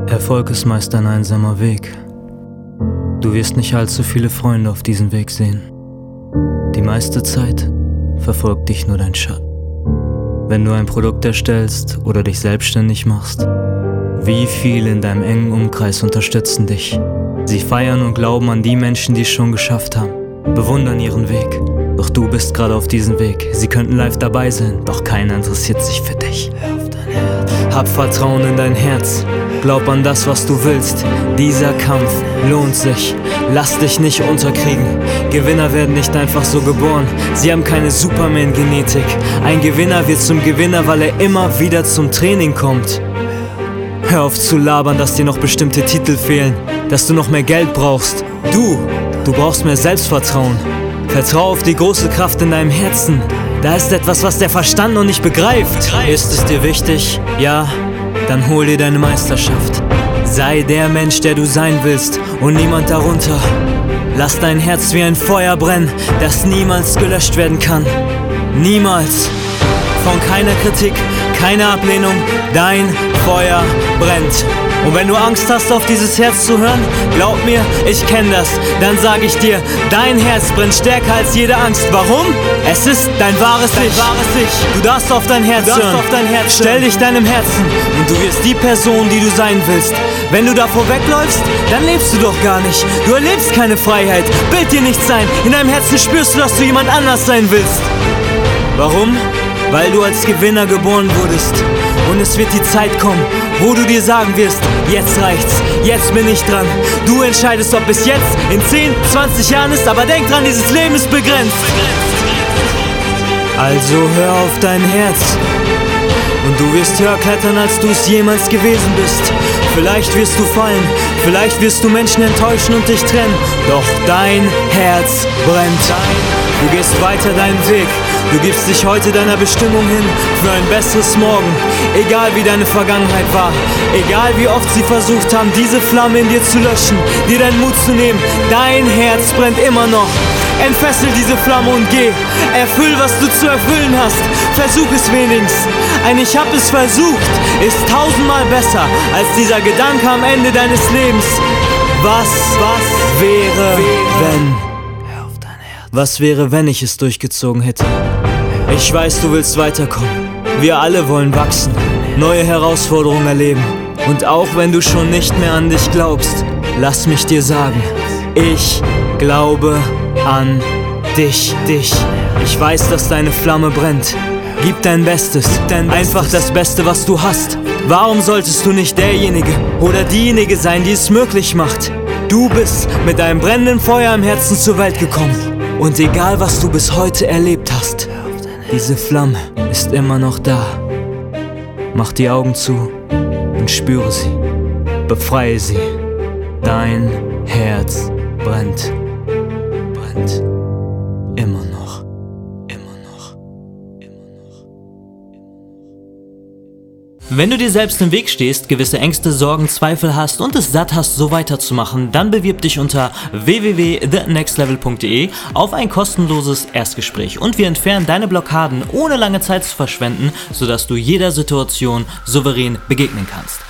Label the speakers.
Speaker 1: Erfolg ist meist ein einsamer Weg. Du wirst nicht allzu viele Freunde auf diesem Weg sehen. Die meiste Zeit verfolgt dich nur dein Schatten. Wenn du ein Produkt erstellst oder dich selbstständig machst, wie viele in deinem engen Umkreis unterstützen dich? Sie feiern und glauben an die Menschen, die es schon geschafft haben, bewundern ihren Weg. Doch du bist gerade auf diesem Weg. Sie könnten live dabei sein, doch keiner interessiert sich für dich. Hör auf dein Herz. Hab Vertrauen in dein Herz. Glaub an das, was du willst. Dieser Kampf lohnt sich. Lass dich nicht unterkriegen. Gewinner werden nicht einfach so geboren. Sie haben keine Superman-Genetik. Ein Gewinner wird zum Gewinner, weil er immer wieder zum Training kommt. Hör auf zu labern, dass dir noch bestimmte Titel fehlen, dass du noch mehr Geld brauchst. Du brauchst mehr Selbstvertrauen. Vertrau auf die große Kraft in deinem Herzen. Da ist etwas, was der Verstand noch nicht begreift. Ist es dir wichtig? Ja, dann hol dir deine Meisterschaft. Sei der Mensch, der du sein willst und niemand darunter. Lass dein Herz wie ein Feuer brennen, das niemals gelöscht werden kann. Niemals. Von keiner Kritik, keiner Ablehnung, dein Feuer brennt. Und wenn du Angst hast, auf dieses Herz zu hören, glaub mir, ich kenn das. Dann sag ich dir, dein Herz brennt stärker als jede Angst. Warum? Es ist dein wahres Ich. Du darfst auf dein Herz hören. Stell dich deinem Herzen und du wirst die Person, die du sein willst. Wenn du davor wegläufst, dann lebst du doch gar nicht. Du erlebst keine Freiheit. Bild dir nichts ein. In deinem Herzen spürst du, dass du jemand anders sein willst. Warum? Weil du als Gewinner geboren wurdest. Und es wird die Zeit kommen, wo du dir sagen wirst, jetzt reicht's, jetzt bin ich dran. Du entscheidest, ob es jetzt, in 10, 20 Jahren ist, aber denk dran, dieses Leben ist begrenzt. Also hör auf dein Herz. Und du wirst höher klettern, als du es jemals gewesen bist. Vielleicht wirst du fallen, vielleicht wirst du Menschen enttäuschen und dich trennen. Doch dein Herz brennt. Du gehst weiter deinen Weg. Du gibst dich heute deiner Bestimmung hin für ein besseres Morgen. Egal wie deine Vergangenheit war, egal wie oft sie versucht haben, diese Flamme in dir zu löschen, dir deinen Mut zu nehmen, dein Herz brennt immer noch. Entfessel diese Flamme und geh. Erfüll, was du zu erfüllen hast. Versuch es wenigstens. Ein Ich hab es versucht ist 1000-mal besser als dieser Gedanke am Ende deines Lebens. Was wäre, wenn? Was wäre, wenn ich es durchgezogen hätte? Ich weiß, du willst weiterkommen. Wir alle wollen wachsen, neue Herausforderungen erleben. Und auch wenn du schon nicht mehr an dich glaubst, lass mich dir sagen, ich glaube an dich. Ich weiß, dass deine Flamme brennt. Gib dein Bestes, einfach das Beste, was du hast. Warum solltest du nicht derjenige oder diejenige sein, die es möglich macht? Du bist mit einem brennenden Feuer im Herzen zur Welt gekommen. Und egal, was du bis heute erlebt hast, diese Flamme ist immer noch da. Mach die Augen zu und spüre sie. Befreie sie. Dein Herz brennt. Immer noch.
Speaker 2: Wenn du dir selbst im Weg stehst, gewisse Ängste, Sorgen, Zweifel hast und es satt hast, so weiterzumachen, dann bewirb dich unter www.thenextlevel.de auf ein kostenloses Erstgespräch und wir entfernen deine Blockaden, ohne lange Zeit zu verschwenden, sodass du jeder Situation souverän begegnen kannst.